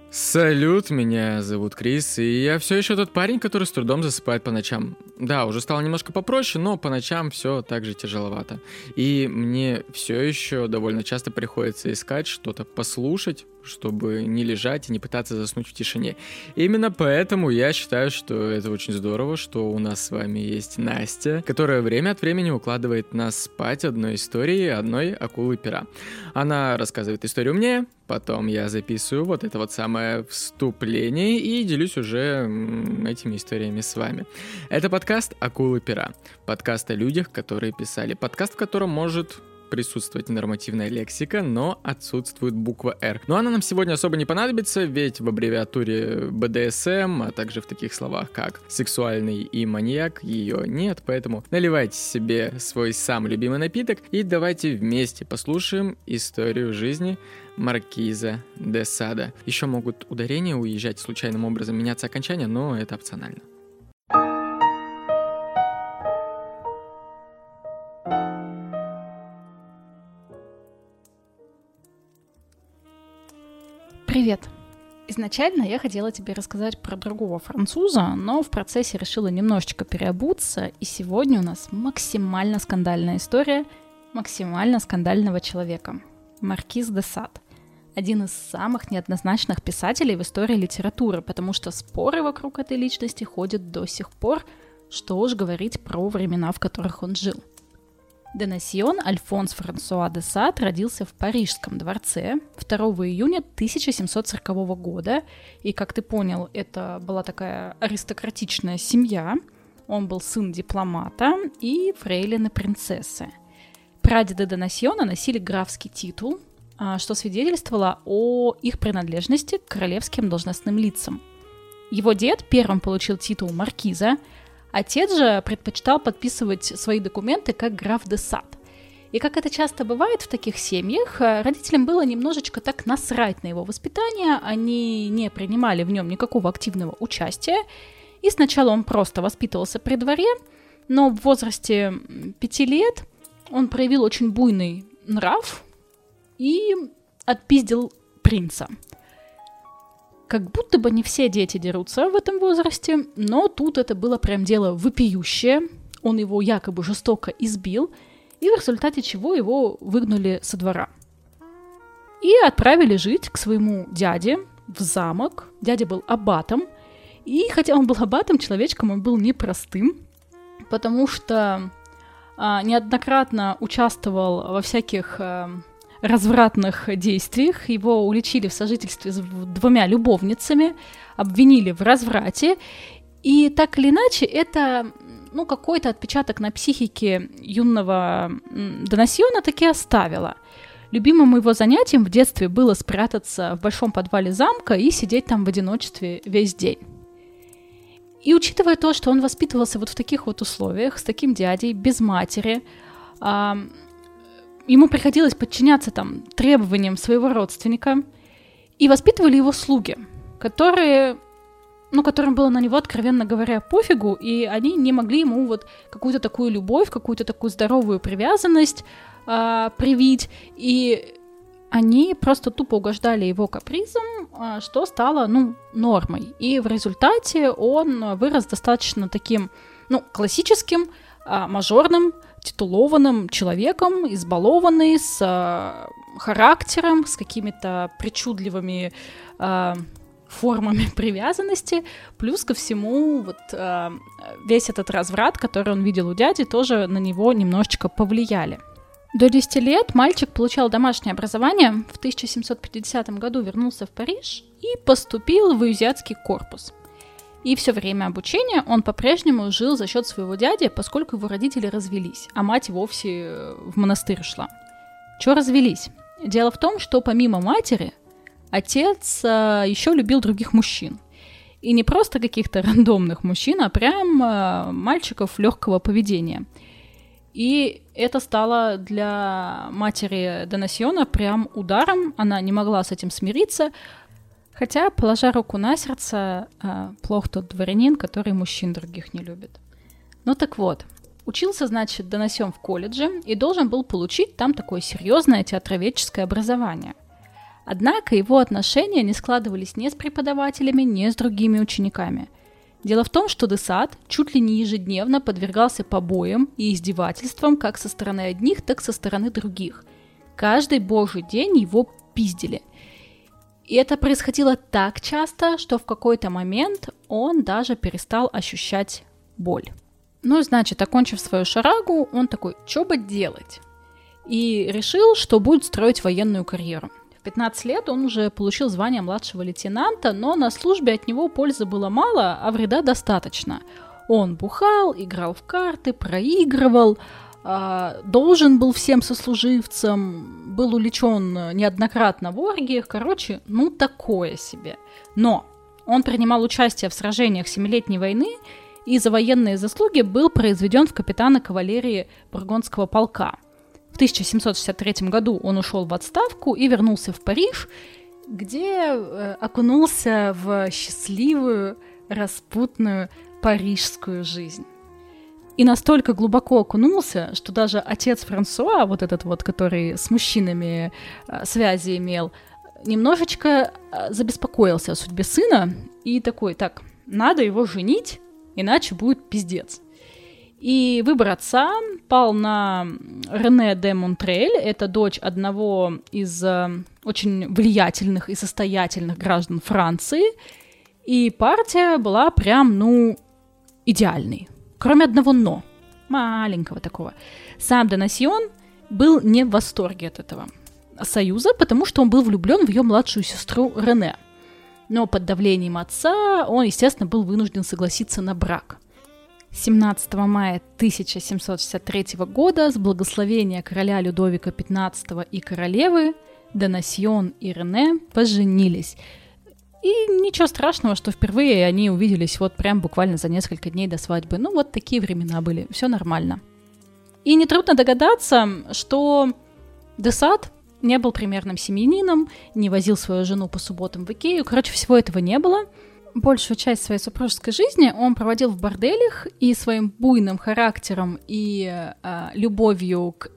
Салют, меня зовут Крис, и я все еще тот парень, который с трудом засыпает по ночам. Да, уже стало немножко попроще, но по ночам все так же тяжеловато. И мне все еще довольно часто приходится искать что-то послушать, чтобы не лежать и не пытаться заснуть в тишине. И именно поэтому я считаю, что это очень здорово, что у нас с вами есть Настя, которая время от времени укладывает нас спать одной историей одной акулы-пера. Она рассказывает историю мне, потом я записываю вот это вот самое вступление и делюсь уже этими историями с вами. Это подкаст «Акулы-пера». Подкаст о людях, которые писали. Подкаст, в котором может присутствовать нормативная лексика, но отсутствует буква «Р». Но она нам сегодня особо не понадобится, ведь в аббревиатуре БДСМ, а также в таких словах, как «сексуальный» и «маньяк» ее нет, поэтому наливайте себе свой самый любимый напиток и давайте вместе послушаем историю жизни Маркиза де Сада. Еще могут ударения уезжать случайным образом, меняться окончания, но это опционально. Привет! Изначально я хотела тебе рассказать про другого француза, но в процессе решила немножечко переобуться, и сегодня у нас максимально скандальная история максимально скандального человека. Маркиз де Сад. Один из самых неоднозначных писателей в истории литературы, потому что споры вокруг этой личности ходят до сих пор, что уж говорить про времена, в которых он жил. Донасьон Альфонс Франсуа де Сад родился в Парижском дворце 2 июня 1740 года, и, как ты понял, это была такая аристократичная семья. Он был сын дипломата и фрейлины принцессы. Прадеды Донасьона носили графский титул, что свидетельствовало о их принадлежности к королевским должностным лицам. Его дед первым получил титул маркиза, отец же предпочитал подписывать свои документы как граф де Сад. И как это часто бывает в таких семьях, родителям было немножечко так насрать на его воспитание, они не принимали в нем никакого активного участия, и сначала он просто воспитывался при дворе, но в возрасте 5 лет он проявил очень буйный нрав и отпиздил принца. Как будто бы не все дети дерутся в этом возрасте, но тут это было прям дело вопиющее. Он его якобы жестоко избил, и в результате чего его выгнали со двора. И отправили жить к своему дяде в замок. Дядя был аббатом, и хотя он был аббатом, человечком он был непростым, потому что неоднократно участвовал во всяких развратных действиях. Его уличили в сожительстве с 2 любовницами, обвинили в разврате. И так или иначе, это какой-то отпечаток на психике юного Донасьона таки оставило. Любимым его занятием в детстве было спрятаться в большом подвале замка и сидеть там в одиночестве весь день. И учитывая то, что он воспитывался вот в таких вот условиях, с таким дядей, без матери, ему приходилось подчиняться там требованиям своего родственника, и воспитывали его слуги, которым было на него, откровенно говоря, пофигу, и они не могли ему вот какую-то такую любовь, какую-то такую здоровую привязанность привить, и они просто тупо угождали его капризам, что стало, нормой. И в результате он вырос достаточно таким, классическим, мажорным, титулованным человеком, избалованный, с характером, с какими-то причудливыми формами привязанности. Плюс ко всему, весь этот разврат, который он видел у дяди, тоже на него немножечко повлияли. До 10 лет мальчик получал домашнее образование, в 1750 году вернулся в Париж и поступил в Уизиатский корпус. И все время обучения он по-прежнему жил за счет своего дяди, поскольку его родители развелись, а мать вовсе в монастырь ушла. Чего развелись? Дело в том, что помимо матери, отец еще любил других мужчин. И не просто каких-то рандомных мужчин, а прям мальчиков легкого поведения. И это стало для матери Донасьона прям ударом, она не могла с этим смириться. Хотя, положа руку на сердце, плох тот дворянин, который мужчин других не любит. Ну так вот, учился, значит, Донасьон в колледже и должен был получить там такое серьезное театроведческое образование. Однако его отношения не складывались ни с преподавателями, ни с другими учениками. Дело в том, что де Сад чуть ли не ежедневно подвергался побоям и издевательствам как со стороны одних, так и со стороны других. Каждый божий день его пиздили. И это происходило так часто, что в какой-то момент он даже перестал ощущать боль. Ну, значит, окончив свою шарагу, он такой, что бы делать? И решил, что будет строить военную карьеру. В 15 лет он уже получил звание младшего лейтенанта, но на службе от него пользы было мало, а вреда достаточно. Он бухал, играл в карты, проигрывал, должен был всем сослуживцам, был увлечен неоднократно в оргиях, короче, ну такое себе. Но он принимал участие в сражениях Семилетней войны и за военные заслуги был произведен в капитана кавалерии Бургундского полка. В 1763 году он ушел в отставку и вернулся в Париж, где окунулся в счастливую, распутную парижскую жизнь. И настолько глубоко окунулся, что даже отец Франсуа, вот этот вот, который с мужчинами связи имел, немножечко забеспокоился о судьбе сына и такой, так, надо его женить, иначе будет пиздец. И выбор отца пал на Рене де Монтрель, это дочь одного из очень влиятельных и состоятельных граждан Франции, и партия была прям, идеальной. Кроме одного «но», маленького такого. Сам де Насьон был не в восторге от этого союза, потому что он был влюблен в ее младшую сестру Рене. Но под давлением отца он, естественно, был вынужден согласиться на брак. 17 мая 1763 года с благословения короля Людовика XV и королевы де Насьон и Рене поженились. И ничего страшного, что впервые они увиделись вот прям буквально за несколько дней до свадьбы. Ну, вот такие времена были, все нормально. И нетрудно догадаться, что де Сад не был примерным семьянином, не возил свою жену по субботам в Икею. Короче, всего этого не было. Большую часть своей супружеской жизни он проводил в борделях, и своим буйным характером и любовью к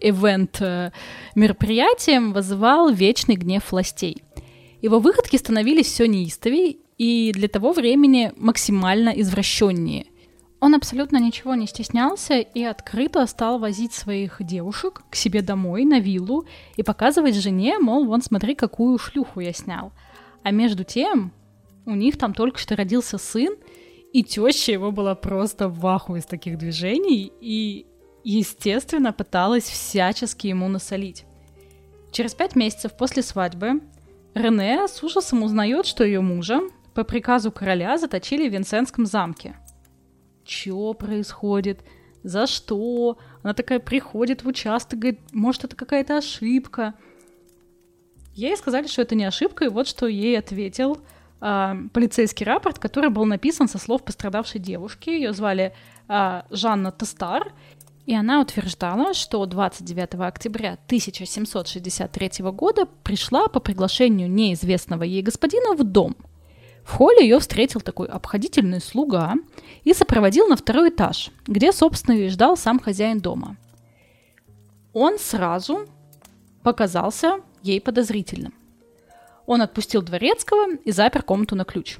ивент-мероприятиям вызывал вечный гнев властей. Его выходки становились все неистовее и для того времени максимально извращеннее. Он абсолютно ничего не стеснялся и открыто стал возить своих девушек к себе домой на виллу и показывать жене, мол, вон смотри, какую шлюху я снял. А между тем у них там только что родился сын, и теща его была просто в ахуе из таких движений и, естественно, пыталась всячески ему насолить. Через 5 месяцев после свадьбы Рене с ужасом узнает, что ее мужа по приказу короля заточили в Винсентском замке. Чё происходит? За что? Она такая приходит в участок, говорит, может, это какая-то ошибка. Ей сказали, что это не ошибка, и вот что ей ответил полицейский рапорт, который был написан со слов пострадавшей девушки. Ее звали Жанна Тестар, и она утверждала, что 29 октября 1763 года пришла по приглашению неизвестного ей господина в дом. В холле ее встретил такой обходительный слуга и сопроводил на 2-й этаж, где, собственно, и ждал сам хозяин дома. Он сразу показался ей подозрительным. Он отпустил дворецкого и запер комнату на ключ.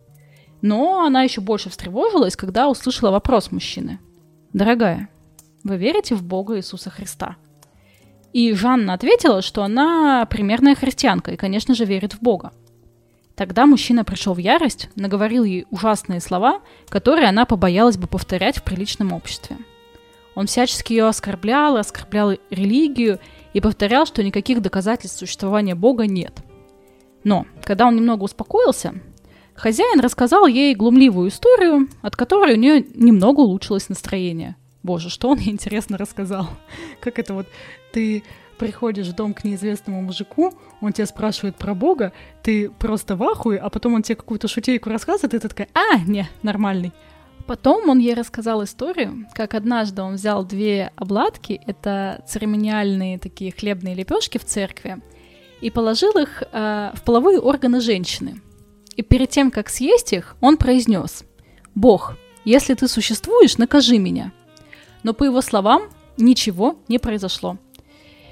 Но она еще больше встревожилась, когда услышала вопрос мужчины. «Дорогая, вы верите в Бога Иисуса Христа?» И Жанна ответила, что она примерная христианка и, конечно же, верит в Бога. Тогда мужчина пришел в ярость, наговорил ей ужасные слова, которые она побоялась бы повторять в приличном обществе. Он всячески ее оскорблял религию и повторял, что никаких доказательств существования Бога нет. Но, когда он немного успокоился, хозяин рассказал ей глумливую историю, от которой у нее немного улучшилось настроение. Боже, что он ей интересно рассказал. Как это вот ты приходишь в дом к неизвестному мужику, он тебя спрашивает про Бога, ты просто в ахуе, а потом он тебе какую-то шутейку рассказывает, и ты такая, не, нормальный. Потом он ей рассказал историю, как однажды он взял 2 обладки, это церемониальные такие хлебные лепешки в церкви, и положил их в половые органы женщины. И перед тем, как съесть их, он произнес: «Бог, если ты существуешь, накажи меня». Но по его словам ничего не произошло.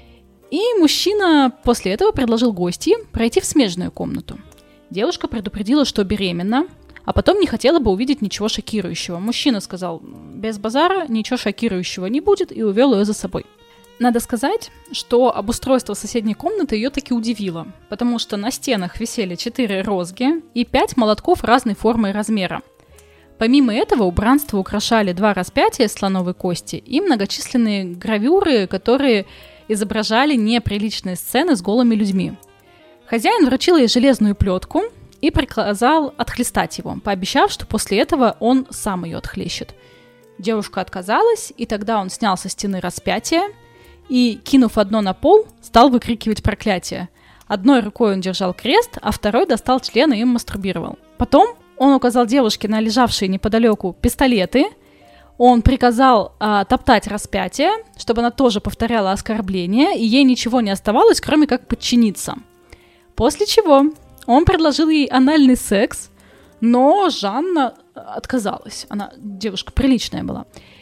И мужчина после этого предложил гостье пройти в смежную комнату. Девушка предупредила, что беременна, а потом не хотела бы увидеть ничего шокирующего. Мужчина сказал: без базара, ничего шокирующего не будет, и увел ее за собой. Надо сказать, что обустройство соседней комнаты ее таки удивило, потому что на стенах висели 4 розги и 5 молотков разной формы и размера. Помимо этого, убранство украшали 2 распятия из слоновой кости и многочисленные гравюры, которые изображали неприличные сцены с голыми людьми. Хозяин вручил ей железную плетку и приказал отхлестать его, пообещав, что после этого он сам ее отхлещет. Девушка отказалась, и тогда он снял со стены распятие и, кинув одно на пол, стал выкрикивать проклятие. Одной рукой он держал крест, а второй достал член и им мастурбировал. Потом он указал девушке на лежавшие неподалеку пистолеты. Он приказал топтать распятие, чтобы она тоже повторяла оскорбление, и ей ничего не оставалось, кроме как подчиниться. После чего он предложил ей анальный секс, но Жанна отказалась. Она девушка приличная была.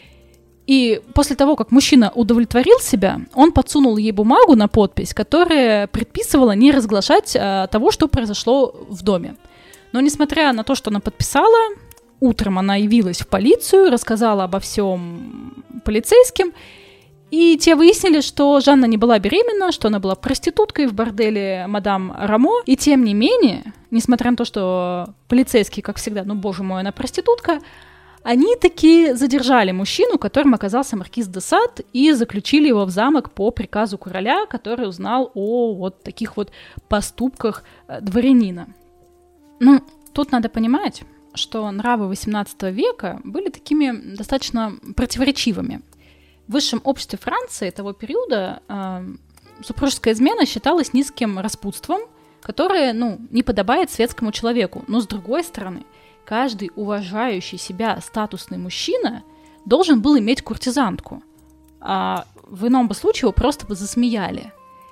И после того, как мужчина удовлетворил себя, он подсунул ей бумагу на подпись, которая предписывала не разглашать того, что произошло в доме. Но несмотря на то, что она подписала, утром она явилась в полицию, рассказала обо всем полицейским, и те выяснили, что Жанна не была беременна, что она была проституткой в борделе мадам Рамо, и тем не менее, несмотря на то, что полицейские, как всегда, ну, боже мой, она проститутка, они таки задержали мужчину, которым оказался маркиз де Сад, и заключили его в замок по приказу короля, который узнал о вот таких вот поступках дворянина. Ну, тут надо понимать, что нравы XVIII века были такими достаточно противоречивыми. В высшем обществе Франции того периода супружеская измена считалась низким распутством, которое, не подобает светскому человеку. Но с другой стороны, каждый уважающий себя статусный мужчина должен был иметь куртизанку, а в ином бы случае его просто бы засмеяли.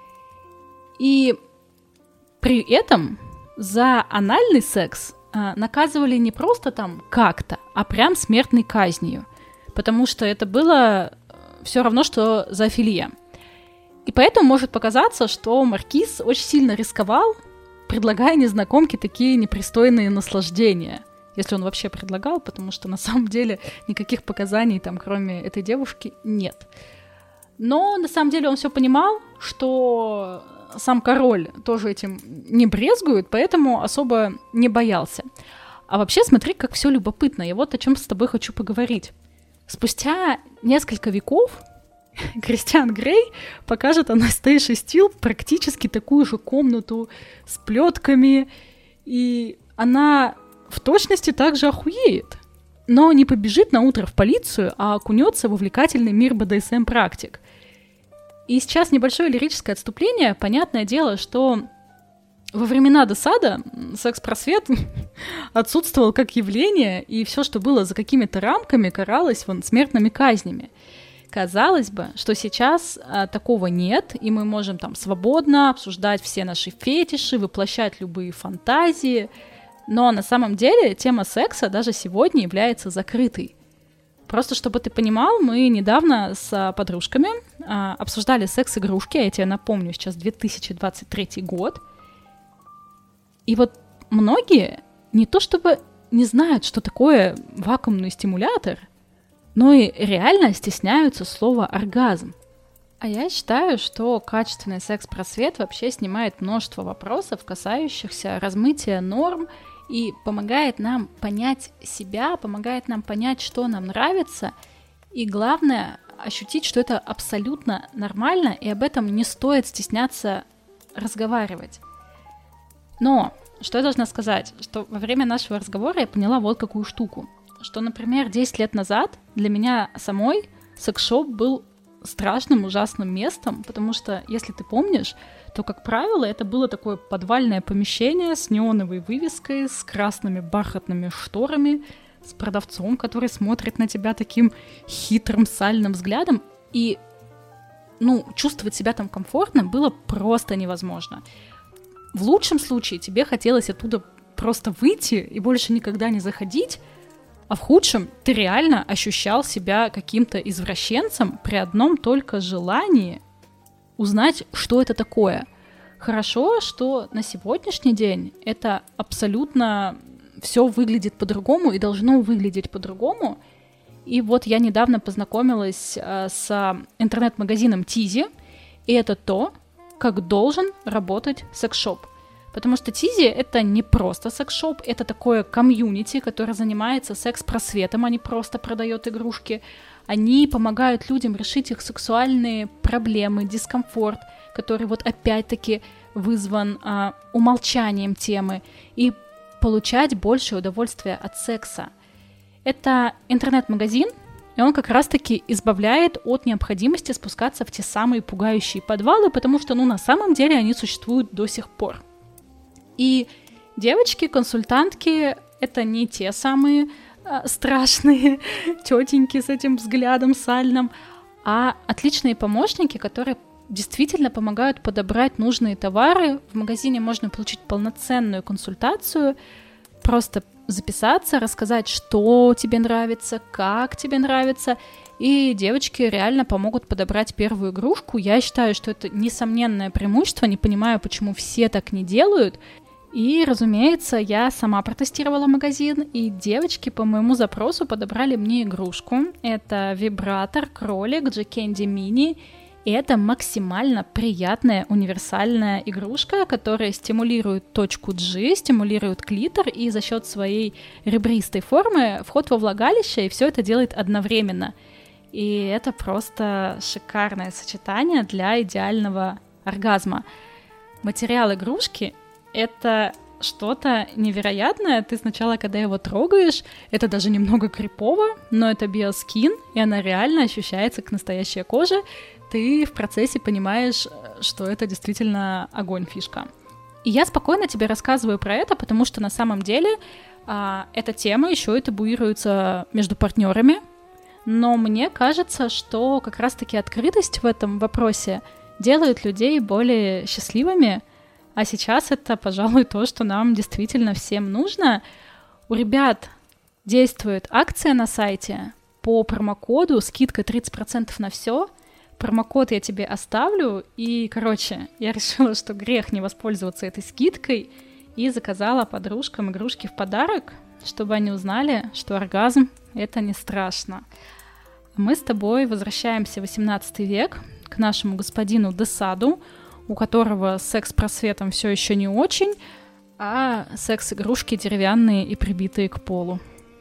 И при этом за анальный секс наказывали не просто там как-то, а прям смертной казнью, потому что это было все равно, что зоофилия. И поэтому может показаться, что маркиз очень сильно рисковал, предлагая незнакомке такие непристойные наслаждения. Если он вообще предлагал, потому что на самом деле никаких показаний там, кроме этой девушки, нет. Но на самом деле он все понимал, что сам король тоже этим не брезгует, поэтому особо не боялся. А вообще смотри, как все любопытно. Я вот о чем с тобой хочу поговорить. Спустя несколько веков Кристиан Грей покажет Анастейше Стил практически такую же комнату с плетками, и она в точности также охуеет, но не побежит на утро в полицию, а окунется в увлекательный мир БДСМ-практик. И сейчас небольшое лирическое отступление. Понятное дело, что во времена де Сада секс-просвет отсутствовал как явление, и все, что было за какими-то рамками, каралось смертными казнями. Казалось бы, что сейчас такого нет, и мы можем там свободно обсуждать все наши фетиши, воплощать любые фантазии, но на самом деле тема секса даже сегодня является закрытой. Просто чтобы ты понимал, мы недавно с подружками обсуждали секс-игрушки, я тебе напомню, сейчас 2023 год, и вот многие не то чтобы не знают, что такое вакуумный стимулятор, но и реально стесняются слова «оргазм». А я считаю, что качественный секс-просвет вообще снимает множество вопросов, касающихся размытия норм, и помогает нам понять себя, помогает нам понять, что нам нравится, и главное, ощутить, что это абсолютно нормально, и об этом не стоит стесняться разговаривать. Но что я должна сказать? Что во время нашего разговора я поняла вот какую штуку. Что, например, 10 лет назад для меня самой секс-шоп был страшным, ужасным местом, потому что, если ты помнишь, то, как правило, это было такое подвальное помещение с неоновой вывеской, с красными бархатными шторами, с продавцом, который смотрит на тебя таким хитрым, сальным взглядом, и, чувствовать себя там комфортно было просто невозможно. В лучшем случае тебе хотелось оттуда просто выйти и больше никогда не заходить, а в худшем ты реально ощущал себя каким-то извращенцем при одном только желании узнать, что это такое. Хорошо, что на сегодняшний день это абсолютно все выглядит по-другому и должно выглядеть по-другому. И вот я недавно познакомилась с интернет-магазином Тизи, и это то, как должен работать секс-шоп. Потому что Тизи — это не просто секс-шоп, это такое комьюнити, которое занимается секс-просветом, а не просто продает игрушки. Они помогают людям решить их сексуальные проблемы, дискомфорт, который вот опять-таки вызван умолчанием темы, и получать большее удовольствие от секса. Это интернет-магазин, и он как раз-таки избавляет от необходимости спускаться в те самые пугающие подвалы, потому что, на самом деле они существуют до сих пор. И девочки-консультантки — это не те самые страшные тетеньки с этим взглядом сальным, а отличные помощники, которые действительно помогают подобрать нужные товары. В магазине можно получить полноценную консультацию, просто записаться, рассказать, что тебе нравится, как тебе нравится, и девочки реально помогут подобрать первую игрушку. Я считаю, что это несомненное преимущество, не понимаю, почему все так не делают. И, разумеется, я сама протестировала магазин, и девочки по моему запросу подобрали мне игрушку. Это вибратор, кролик, G-Candy Mini. И это максимально приятная универсальная игрушка, которая стимулирует точку G, стимулирует клитор, и за счет своей ребристой формы вход во влагалище, и все это делает одновременно. И это просто шикарное сочетание для идеального оргазма. Материал игрушки — это что-то невероятное. Ты сначала, когда его трогаешь, это даже немного крипово, но это биоскин, и она реально ощущается как настоящая кожа. Ты в процессе понимаешь, что это действительно огонь, фишка. И я спокойно тебе рассказываю про это, потому что на самом деле эта тема еще и табуируется между партнерами, но мне кажется, что как раз-таки открытость в этом вопросе делает людей более счастливыми, а сейчас это, пожалуй, то, что нам действительно всем нужно. У ребят действует акция на сайте по промокоду, скидка 30% на все. Промокод я тебе оставлю, и, я решила, что грех не воспользоваться этой скидкой, и заказала подружкам игрушки в подарок, чтобы они узнали, что оргазм — это не страшно. Мы с тобой возвращаемся в 18 век к нашему господину де Саду, у которого с секс-просветом все еще не очень, а секс-игрушки деревянные и прибитые к полу.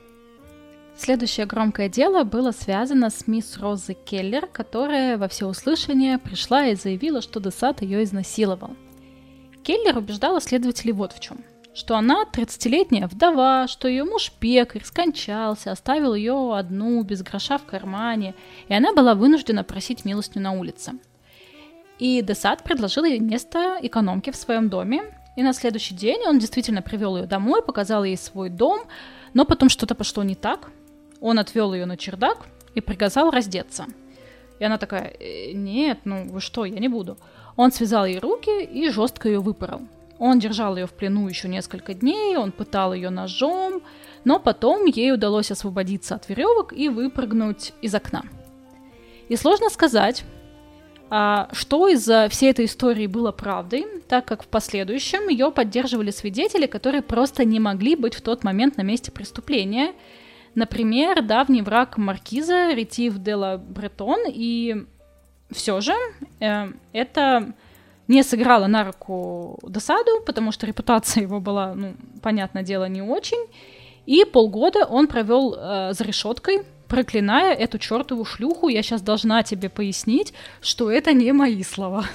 Следующее громкое дело было связано с мисс Розой Келлер, которая во всеуслышание пришла и заявила, что де Сад ее изнасиловал. Келлер убеждала следователей вот в чем. Что она 30-летняя вдова, что ее муж пекарь скончался, оставил ее одну, без гроша в кармане, и она была вынуждена просить милостыню на улице. И де Сад предложил ей место экономки в своем доме, и на следующий день он действительно привел ее домой, показал ей свой дом, но потом что-то пошло не так. Он отвел ее на чердак и приказал раздеться. И она такая: нет, вы что, я не буду. Он связал ей руки и жестко ее выпорол. Он держал ее в плену еще несколько дней, он пытал ее ножом, но потом ей удалось освободиться от веревок и выпрыгнуть из окна. И сложно сказать, что из-за всей этой истории было правдой, так как в последующем ее поддерживали свидетели, которые просто не могли быть в тот момент на месте преступления. Например, давний враг маркиза Ретив де ла Бретон, и все же это не сыграло на руку де Саду, потому что репутация его была, понятное дело, не очень, и полгода он провел за решеткой, проклиная эту чертову шлюху. Я сейчас должна тебе пояснить, что это не мои слова.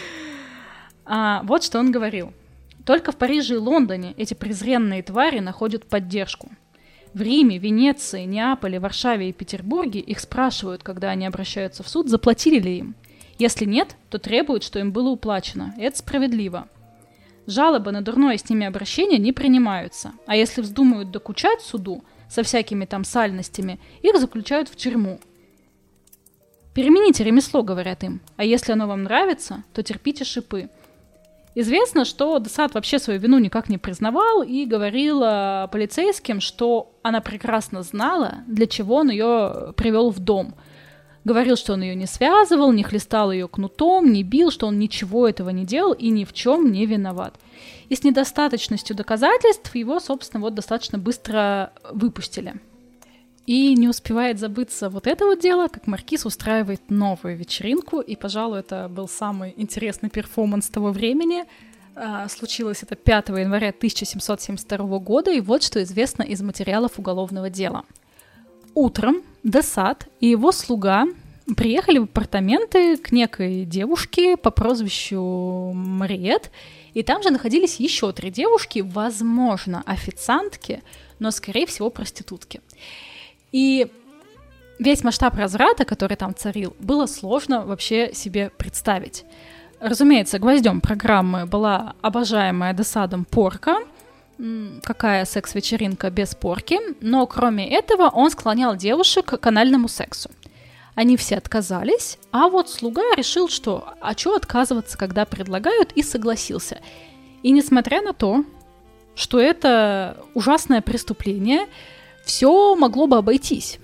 Вот что он говорил. Только в Париже и Лондоне эти презренные твари находят поддержку. В Риме, Венеции, Неаполе, Варшаве и Петербурге их спрашивают, когда они обращаются в суд, заплатили ли им. Если нет, то требуют, что им было уплачено. И это справедливо. Жалобы на дурное с ними обращение не принимаются. А если вздумают докучать суду со всякими там сальностями, их заключают в тюрьму. Перемените ремесло, говорят им. А если оно вам нравится, то терпите шипы. Известно, что де Сад вообще свою вину никак не признавал и говорил полицейским, что она прекрасно знала, для чего он ее привел в дом. Говорил, что он ее не связывал, не хлестал ее кнутом, не бил, что он ничего этого не делал и ни в чем не виноват. И с недостаточностью доказательств его, собственно, вот достаточно быстро выпустили. И не успевает забыться вот это вот дело, как маркиз устраивает новую вечеринку, и, пожалуй, это был самый интересный перформанс того времени. Случилось это 5 января 1772 года, и вот что известно из материалов уголовного дела. Утром де Сад и его слуга приехали в апартаменты к некой девушке по прозвищу Мариет, и там же находились еще 3 девушки, возможно, официантки, но, скорее всего, проститутки. И весь масштаб разврата, который там царил, было сложно вообще себе представить. Разумеется, гвоздем программы была обожаемая де Садом порка. Какая секс-вечеринка без порки? Но кроме этого он склонял девушек к анальному сексу. Они все отказались, а вот слуга решил, что а чё отказываться, когда предлагают, и согласился. И несмотря на то, что это ужасное преступление, все могло бы обойтись.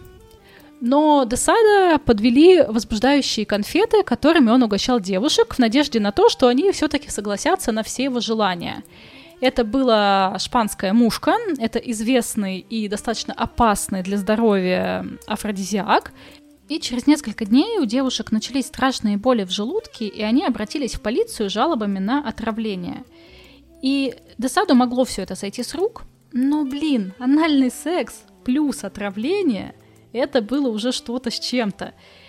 Но де Сада подвели возбуждающие конфеты, которыми он угощал девушек в надежде на то, что они все-таки согласятся на все его желания. Это была шпанская мушка, это известный и достаточно опасный для здоровья афродизиак. И через несколько дней у девушек начались страшные боли в желудке, и они обратились в полицию с жалобами на отравление. И де Саду могло все это сойти с рук, но, анальный секс плюс отравление – это было уже что-то с чем-то.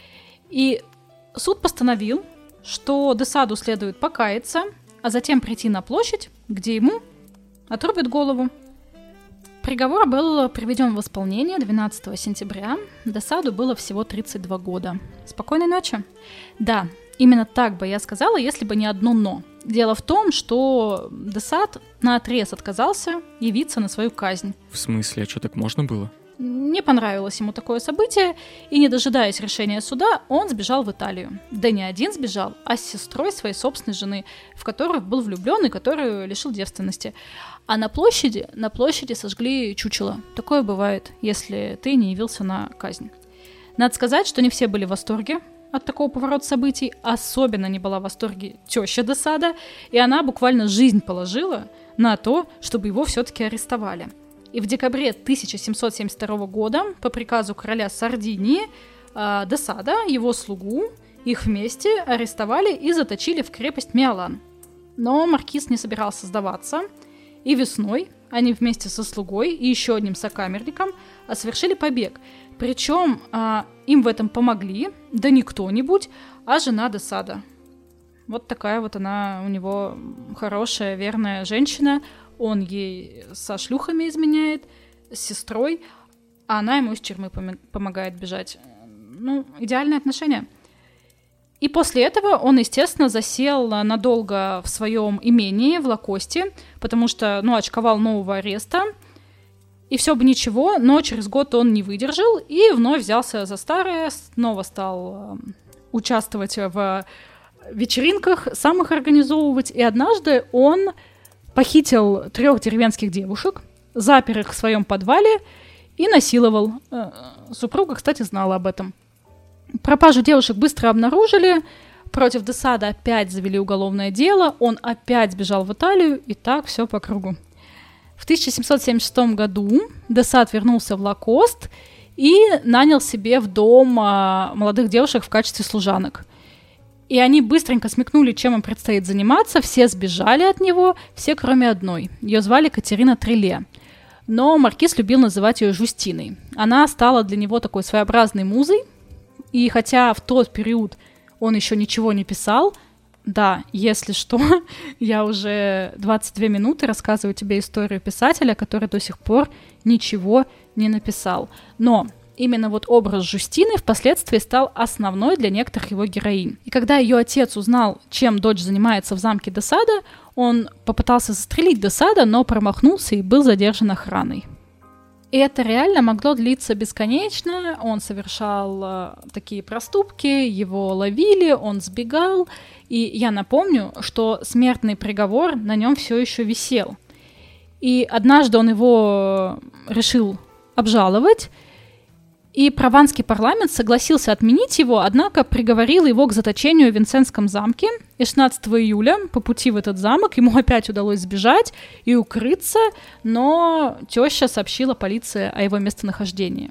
И суд постановил, что де Саду следует покаяться, а затем прийти на площадь, где ему отрубят голову. Приговор был приведен в исполнение 12 сентября. Де Саду было всего 32 года. Спокойной ночи. Да, именно так бы я сказала, если бы не одно «но». Дело в том, что де Сад наотрез отказался явиться на свою казнь. В смысле, а что, так можно было? Не понравилось ему такое событие, и, не дожидаясь решения суда, он сбежал в Италию. Да не один сбежал, а с сестрой своей собственной жены, в которую был влюблен и которую лишил девственности. А на площади сожгли чучело. Такое бывает, если ты не явился на казнь. Надо сказать, что не все были в восторге от такого поворота событий. Особенно не была в восторге теща де Сада, и она буквально жизнь положила на то, чтобы его все-таки арестовали. И в декабре 1772 года по приказу короля Сардинии де Сада, его слугу, их вместе арестовали и заточили в крепость Миалан. Но маркиз не собирался сдаваться, и весной они вместе со слугой и еще одним сокамерником совершили побег. Причем им в этом помогли, да не кто-нибудь, а жена де Сада. Вот такая вот она у него хорошая, верная женщина. Он ей со шлюхами изменяет, с сестрой, а она ему из тюрьмы помогает бежать. Идеальные отношения. И после этого он, естественно, засел надолго в своем имении в Лакосте, потому что, очковал нового ареста. И все бы ничего, но через год он не выдержал и вновь взялся за старое, снова стал участвовать в вечеринках, сам их организовывать. И однажды он похитил 3 деревенских девушек, запер их в своем подвале и насиловал. Супруга, кстати, знала об этом. Пропажу девушек быстро обнаружили, против де Сада опять завели уголовное дело, он опять сбежал в Италию, и так все по кругу. В 1776 году де Сад вернулся в Лакост и нанял себе в дом молодых девушек в качестве служанок. И они быстренько смекнули, чем им предстоит заниматься, все сбежали от него, все кроме одной. Ее звали Катерина Треле. Но маркиз любил называть ее Жустиной. Она стала для него такой своеобразной музой, и хотя в тот период он еще ничего не писал, да, если что, я уже 22 минуты рассказываю тебе историю писателя, который до сих пор ничего не написал. Но именно вот образ Жустины впоследствии стал основной для некоторых его героинь. И когда ее отец узнал, чем дочь занимается в замке де Сада, он попытался застрелить де Сада, но промахнулся и был задержан охраной. И это реально могло длиться бесконечно. Он совершал такие проступки, его ловили, он сбегал. И я напомню, что смертный приговор на нем все еще висел. И однажды он его решил обжаловать. И прованский парламент согласился отменить его, однако приговорил его к заточению в Винсентском замке. И 16 июля по пути в этот замок ему опять удалось сбежать и укрыться, но теща сообщила полиции о его местонахождении.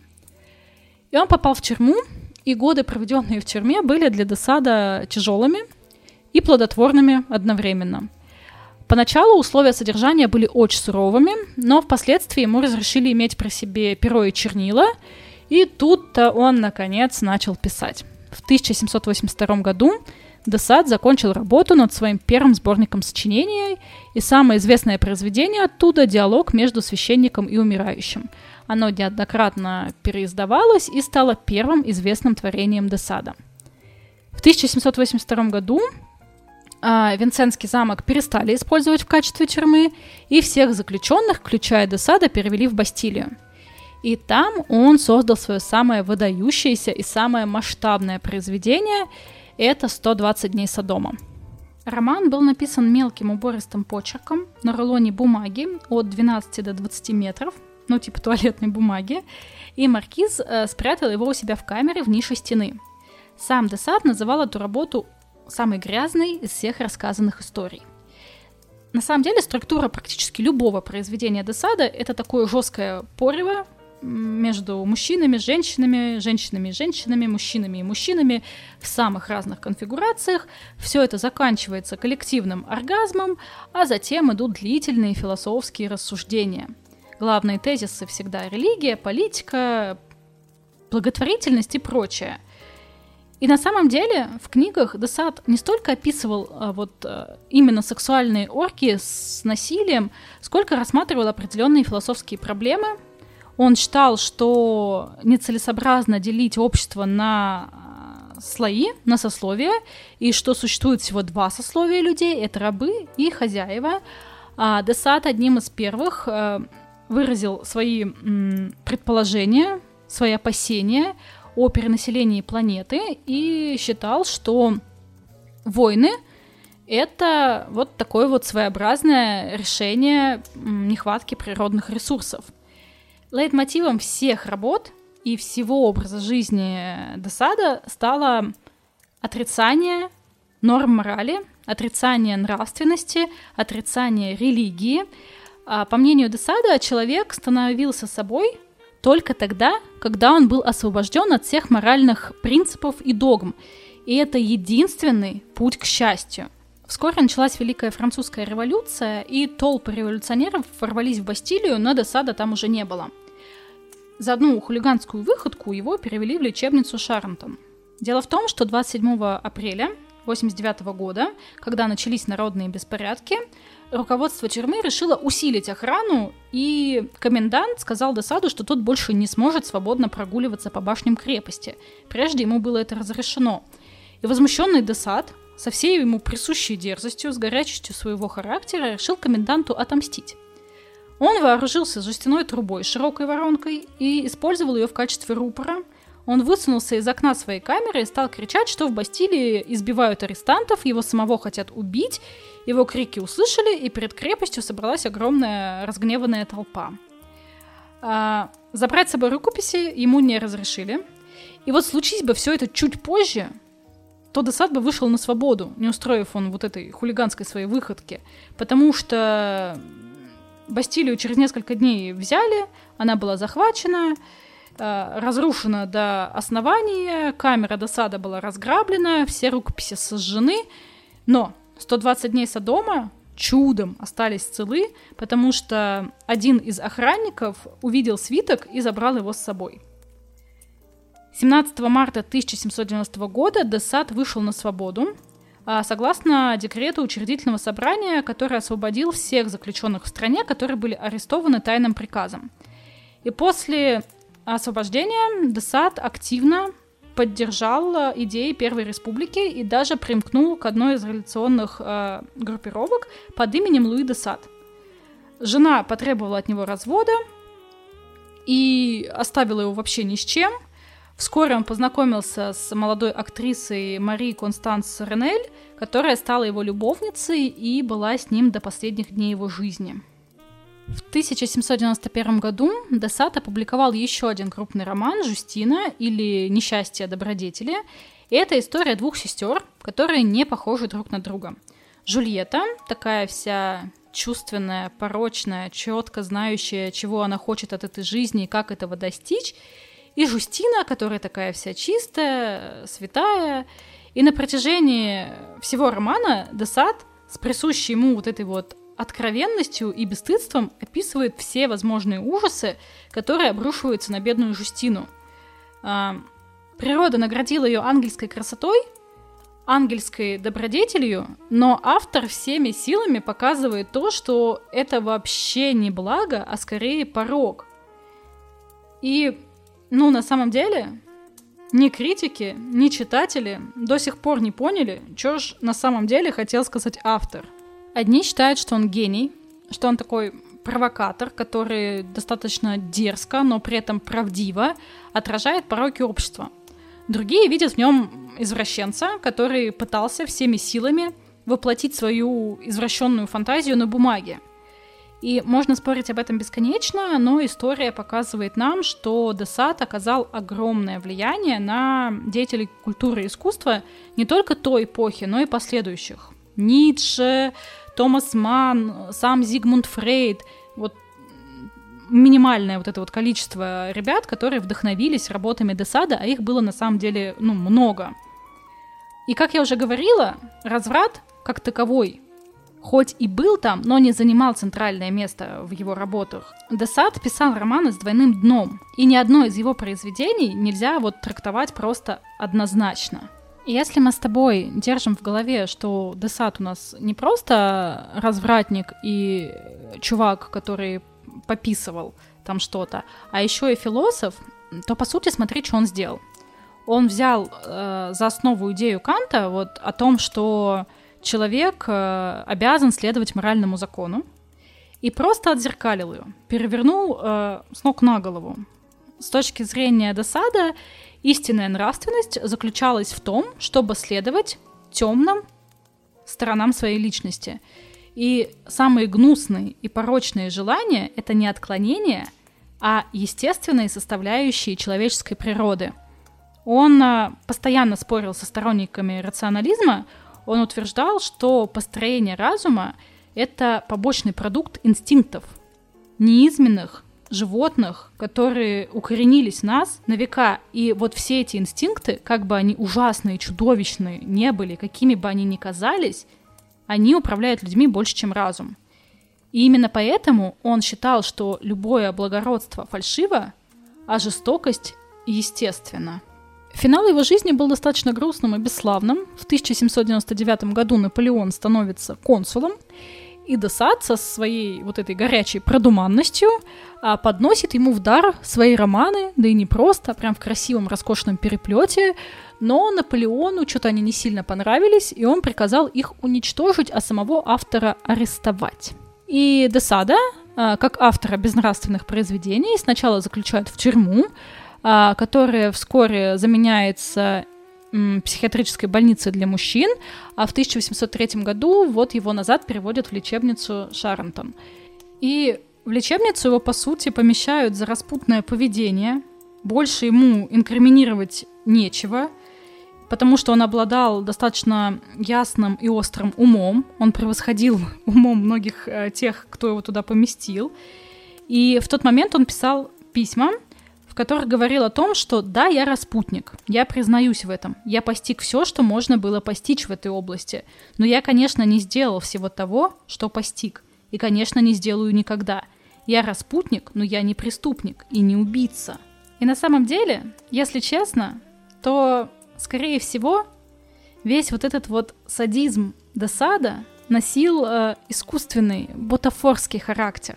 И он попал в тюрьму, и годы, проведенные в тюрьме, были для де Сада тяжелыми и плодотворными одновременно. Поначалу условия содержания были очень суровыми, но впоследствии ему разрешили иметь при себе перо и чернила, и тут-то он, наконец, начал писать. В 1782 году де Сад закончил работу над своим первым сборником сочинений, и самое известное произведение оттуда — «Диалог между священником и умирающим». Оно неоднократно переиздавалось и стало первым известным творением де Сада. В 1782 году Винсентский замок перестали использовать в качестве тюрьмы, и всех заключенных, включая де Сада, перевели в Бастилию. И там он создал свое самое выдающееся и самое масштабное произведение — это «120 дней Содома». Роман был написан мелким убористым почерком на рулоне бумаги от 12 до 20 метров, типа туалетной бумаги, и маркиз спрятал его у себя в камере в нише стены. Сам де Сад называл эту работу самой грязной из всех рассказанных историй. На самом деле структура практически любого произведения де Сада — это такое жесткое порево между мужчинами, женщинами, женщинами и женщинами, мужчинами и мужчинами в самых разных конфигурациях. Все это заканчивается коллективным оргазмом, а затем идут длительные философские рассуждения. Главные тезисы всегда религия, политика, благотворительность и прочее. И на самом деле в книгах де Сад не столько описывал именно сексуальные оргии с насилием, сколько рассматривал определенные философские проблемы. Он считал, что нецелесообразно делить общество на слои, на сословия, и что существует всего два сословия людей — это рабы и хозяева. А де Сад одним из первых выразил свои предположения, свои опасения о перенаселении планеты и считал, что войны — это вот такое вот своеобразное решение нехватки природных ресурсов. Лейтмотивом всех работ и всего образа жизни де Сада стало отрицание норм морали, отрицание нравственности, отрицание религии. По мнению де Сада, человек становился собой только тогда, когда он был освобожден от всех моральных принципов и догм. И это единственный путь к счастью. Вскоре началась Великая Французская революция, и толпы революционеров ворвались в Бастилию, но де Сада там уже не было. За одну хулиганскую выходку его перевели в лечебницу Шарантон. Дело в том, что 27 апреля 1989 года, когда начались народные беспорядки, руководство тюрьмы решило усилить охрану, и комендант сказал де Саду, что тот больше не сможет свободно прогуливаться по башням крепости. Прежде ему было это разрешено. И возмущенный де Сад со всей ему присущей дерзостью, с горячестью своего характера, решил коменданту отомстить. Он вооружился жестяной трубой с широкой воронкой и использовал ее в качестве рупора. Он высунулся из окна своей камеры и стал кричать, что в Бастилии избивают арестантов, его самого хотят убить. Его крики услышали, и перед крепостью собралась огромная разгневанная толпа. Забрать с собой рукописи ему не разрешили. И вот случись бы все это чуть позже, то де Сад бы вышел на свободу, не устроив он вот этой хулиганской своей выходки, потому что Бастилию через несколько дней взяли, она была захвачена, разрушена до основания, камера де Сада была разграблена, все рукописи сожжены, но 120 дней Содома чудом остались целы, потому что один из охранников увидел свиток и забрал его с собой. 17 марта 1790 года де Сад вышел на свободу, согласно декрету учредительного собрания, который освободил всех заключенных в стране, которые были арестованы тайным приказом. И после освобождения де Сад активно поддержал идеи Первой Республики и даже примкнул к одной из революционных группировок под именем Луи де Сад. Жена потребовала от него развода и оставила его вообще ни с чем. Вскоре он познакомился с молодой актрисой Мари Констанс Ренель, которая стала его любовницей и была с ним до последних дней его жизни. В 1791 году де Сад опубликовал еще один крупный роман «Жюстина» или «Несчастье добродетели». И это история двух сестер, которые не похожи друг на друга. Жюльетта, такая вся чувственная, порочная, четко знающая, чего она хочет от этой жизни и как этого достичь, и Жюстина, которая такая вся чистая, святая. И на протяжении всего романа де Сад с присущей ему вот этой вот откровенностью и бесстыдством описывает все возможные ужасы, которые обрушиваются на бедную Жюстину. Природа наградила ее ангельской красотой, ангельской добродетелью, но автор всеми силами показывает то, что это вообще не благо, а скорее порок. И, на самом деле, ни критики, ни читатели до сих пор не поняли, что ж на самом деле хотел сказать автор. Одни считают, что он гений, что он такой провокатор, который достаточно дерзко, но при этом правдиво отражает пороки общества. Другие видят в нем извращенца, который пытался всеми силами воплотить свою извращенную фантазию на бумаге. И можно спорить об этом бесконечно, но история показывает нам, что де Сад оказал огромное влияние на деятелей культуры и искусства не только той эпохи, но и последующих. Ницше, Томас Манн, сам Зигмунд Фрейд. Вот минимальное вот это вот количество ребят, которые вдохновились работами де Сада, а их было на самом деле, много. И, как я уже говорила, разврат как таковой хоть и был там, но не занимал центральное место в его работах. Де Сад писал романы с двойным дном, и ни одно из его произведений нельзя трактовать просто однозначно. И если мы с тобой держим в голове, что де Сад у нас не просто развратник и чувак, который пописывал там что-то, а еще и философ, то, по сути, смотри, что он сделал. Он взял за основу идею Канта о том, что человек обязан следовать моральному закону, и просто отзеркалил ее, перевернул с ног на голову. С точки зрения де Сада, истинная нравственность заключалась в том, чтобы следовать темным сторонам своей личности. И самые гнусные и порочные желания — это не отклонения, а естественные составляющие человеческой природы. Он постоянно спорил со сторонниками рационализма. Он утверждал, что построение разума — это побочный продукт инстинктов, неизменных животных, которые укоренились в нас на века. И все эти инстинкты, как бы они ужасные, чудовищные не были, какими бы они ни казались, они управляют людьми больше, чем разум. И именно поэтому он считал, что любое благородство фальшиво, а жестокость естественна. Финал его жизни был достаточно грустным и бесславным. В 1799 году Наполеон становится консулом, и де Сад со своей этой горячей продуманностью подносит ему в дар свои романы, да и не просто, а прям в красивом, роскошном переплете, но Наполеону что-то они не сильно понравились, и он приказал их уничтожить, а самого автора арестовать. И де Сада, как автора безнравственных произведений, сначала заключают в тюрьму, которая вскоре заменяется психиатрической больницей для мужчин, а в 1803 году его назад переводят в лечебницу Шарантон. И в лечебницу его, по сути, помещают за распутное поведение. Больше ему инкриминировать нечего, потому что он обладал достаточно ясным и острым умом. Он превосходил умом многих тех, кто его туда поместил. И в тот момент он писал письма, в которых говорил о том, что да, я распутник, я признаюсь в этом, я постиг все, что можно было постичь в этой области, но я, конечно, не сделал всего того, что постиг, и, конечно, не сделаю никогда. Я распутник, но я не преступник и не убийца. И на самом деле, если честно, то, скорее всего, весь этот садизм де Сада носил искусственный, бутафорский характер.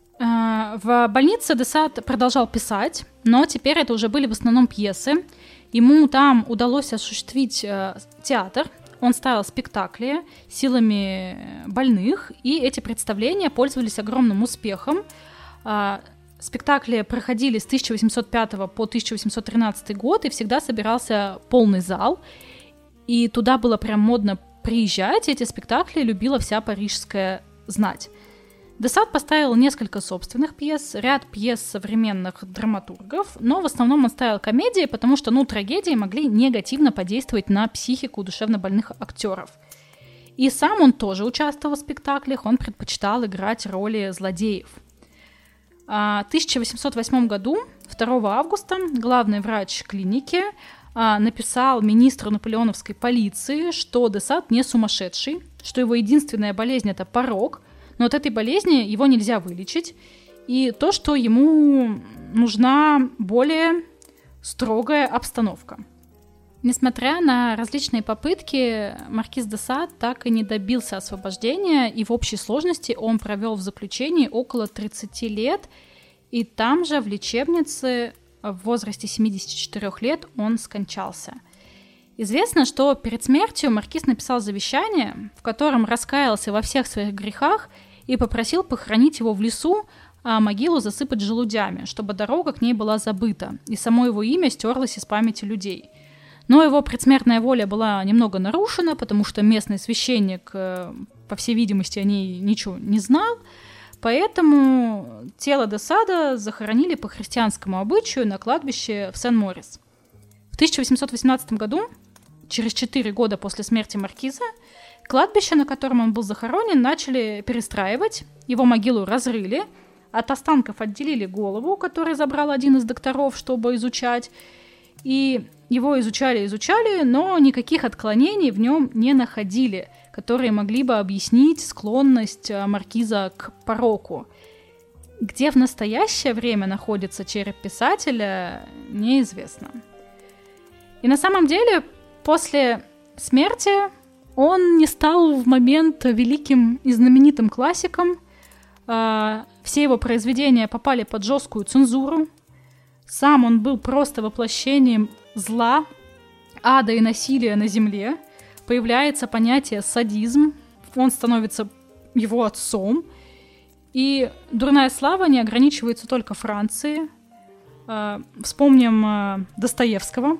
В больнице де Сад продолжал писать, но теперь это уже были в основном пьесы. Ему там удалось осуществить театр, он ставил спектакли силами больных, и эти представления пользовались огромным успехом. Спектакли проходили с 1805 по 1813 год, и всегда собирался полный зал, и туда было прям модно приезжать, эти спектакли любила вся парижская знать. де Сад поставил несколько собственных пьес, ряд пьес современных драматургов, но в основном он ставил комедии, потому что, трагедии могли негативно подействовать на психику душевнобольных актеров. И сам он тоже участвовал в спектаклях, он предпочитал играть роли злодеев. В 1808 году, 2 августа, главный врач клиники написал министру наполеоновской полиции, что де Сад не сумасшедший, что его единственная болезнь – это порок, но от этой болезни его нельзя вылечить, и то, что ему нужна более строгая обстановка. Несмотря на различные попытки, маркиз де Сад так и не добился освобождения, и в общей сложности он провел в заключении около 30 лет, и там же, в лечебнице, в возрасте 74 лет он скончался. Известно, что перед смертью маркиз написал завещание, в котором раскаялся во всех своих грехах и попросил похоронить его в лесу, а могилу засыпать желудями, чтобы дорога к ней была забыта, и само его имя стерлось из памяти людей. Но его предсмертная воля была немного нарушена, потому что местный священник, по всей видимости, о ней ничего не знал, поэтому тело де Сада захоронили по христианскому обычаю на кладбище в Сен-Морис. В 1818 году, через 4 года после смерти маркиза, кладбище, на котором он был захоронен, начали перестраивать, его могилу разрыли, от останков отделили голову, которую забрал один из докторов, чтобы изучать, и его изучали, но никаких отклонений в нем не находили, которые могли бы объяснить склонность маркиза к пороку. Где в настоящее время находится череп писателя, неизвестно. И на самом деле, после смерти он не стал в момент великим и знаменитым классиком. Все его произведения попали под жесткую цензуру. Сам он был просто воплощением зла, ада и насилия на земле. Появляется понятие садизм, он становится его отцом. И дурная слава не ограничивается только Францией. Вспомним Достоевского.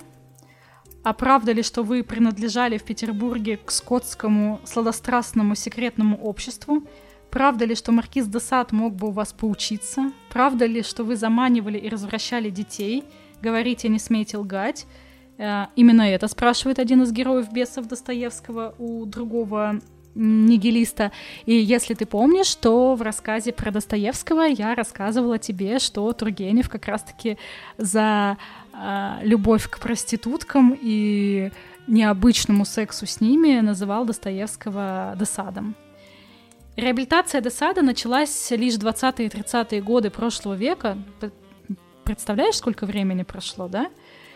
А правда ли, что вы принадлежали в Петербурге к скотскому сладострастному секретному обществу? Правда ли, что маркиз де Сад мог бы у вас поучиться? Правда ли, что вы заманивали и развращали детей? Говорите, не смейте лгать. Именно это спрашивает один из героев «Бесов» Достоевского у другого нигилиста. И если ты помнишь, то в рассказе про Достоевского я рассказывала тебе, что Тургенев как раз-таки за любовь к проституткам и необычному сексу с ними называл Достоевского де Садом. Реабилитация де Сада началась лишь в 20-е и 30-е годы прошлого века. Представляешь, сколько времени прошло, да?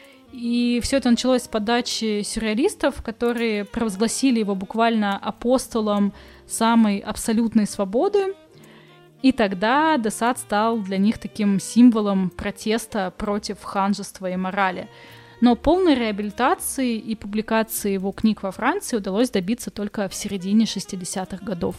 И все это началось с подачи сюрреалистов, которые провозгласили его буквально апостолом самой абсолютной свободы. И тогда де Сад стал для них таким символом протеста против ханжества и морали. Но полной реабилитации и публикации его книг во Франции удалось добиться только в середине 60-х годов.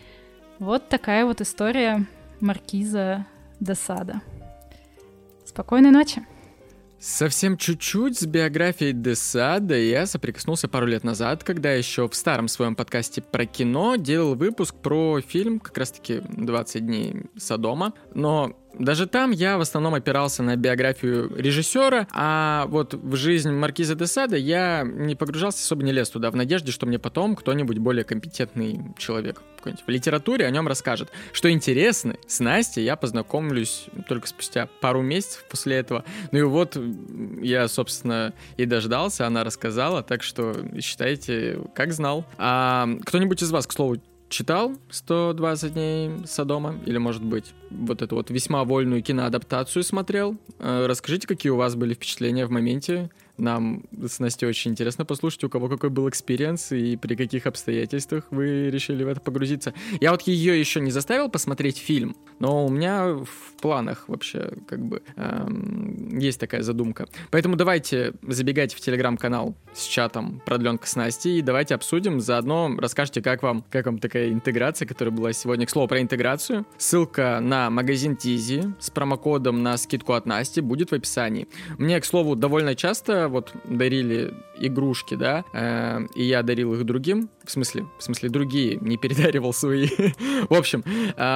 Вот такая вот история маркиза де Сада. Спокойной ночи! Совсем чуть-чуть с биографией де Сада я соприкоснулся пару лет назад, когда еще в старом своем подкасте про кино делал выпуск про фильм как раз-таки «20 дней Содома». Но даже там я в основном опирался на биографию режиссера, а вот в жизнь маркиза де Сада я не погружался, особо не лез туда, в надежде, что мне потом кто-нибудь более компетентный человек какой-нибудь в литературе о нем расскажет. Что интересно, с Настей я познакомлюсь только спустя пару месяцев после этого. Ну и вот я, собственно, и дождался, она рассказала, так что считайте, как знал. А кто-нибудь из вас, к слову, читал 120 дней Содома? Или, может быть, вот эту вот весьма вольную киноадаптацию смотрел? Расскажите, какие у вас были впечатления в моменте. Нам с Настей очень интересно послушать, у кого какой был экспириенс и при каких обстоятельствах вы решили в это погрузиться. Я вот ее еще не заставил посмотреть фильм, но у меня в планах вообще как бы есть такая задумка. Поэтому давайте забегайте в телеграм-канал с чатом «Продленка с Настей» и давайте обсудим, заодно расскажите, как вам такая интеграция, которая была сегодня. К слову, про интеграцию. Ссылка на магазин Тизи с промокодом на скидку от Насти будет в описании. Мне, к слову, довольно часто вот дарили игрушки, да, и я дарил их другим, в смысле другие, не передаривал свои. В общем,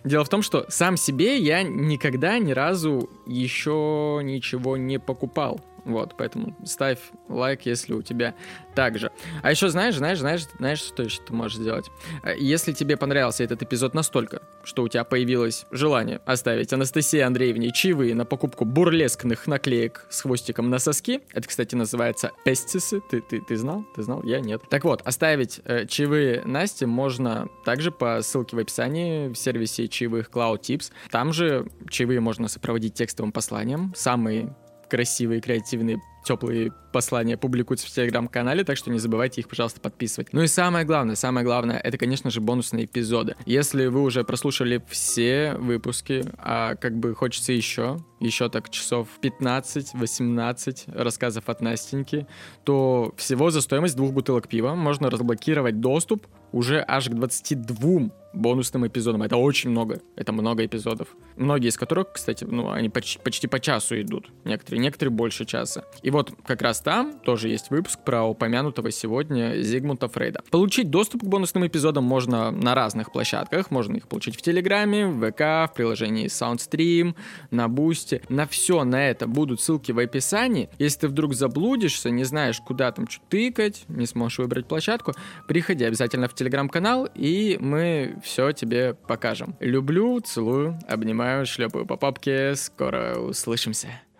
Дело в том, что сам себе я никогда ни разу еще ничего не покупал. Вот, поэтому ставь лайк, если у тебя так же. А еще знаешь, что еще ты можешь сделать? Если тебе понравился этот эпизод настолько, что у тебя появилось желание оставить Анастасии Андреевне чаевые на покупку бурлескных наклеек с хвостиком на соски, это, кстати, называется пестисы, ты знал? Ты знал? Я нет. Так вот, оставить чаевые Насте можно также по ссылке в описании в сервисе чаевых Cloud Tips. Там же чаевые можно сопроводить текстовым посланием. Самые красивые, креативные, теплые послания публикуются в Телеграм-канале, так что не забывайте их, пожалуйста, подписывать. Ну и самое главное, это, конечно же, бонусные эпизоды. Если вы уже прослушали все выпуски, а как бы хочется еще так часов 15-18 рассказов от Настеньки, то всего за стоимость 2 бутылок пива можно разблокировать доступ уже аж к 22 бонусным эпизодам. Это очень много. Это много эпизодов. Многие из которых, кстати, они почти по часу идут. Некоторые больше часа. И вот как раз там тоже есть выпуск про упомянутого сегодня Зигмунда Фрейда. Получить доступ к бонусным эпизодам можно на разных площадках. Можно их получить в Телеграме, в ВК, в приложении SoundStream, на Бусти. На все на это будут ссылки в описании. Если ты вдруг заблудишься, не знаешь, куда там что тыкать, не сможешь выбрать площадку, приходи обязательно в Телеграм-канал, и мы все тебе покажем. Люблю, целую, обнимаю, шлепаю по папке. Скоро услышимся.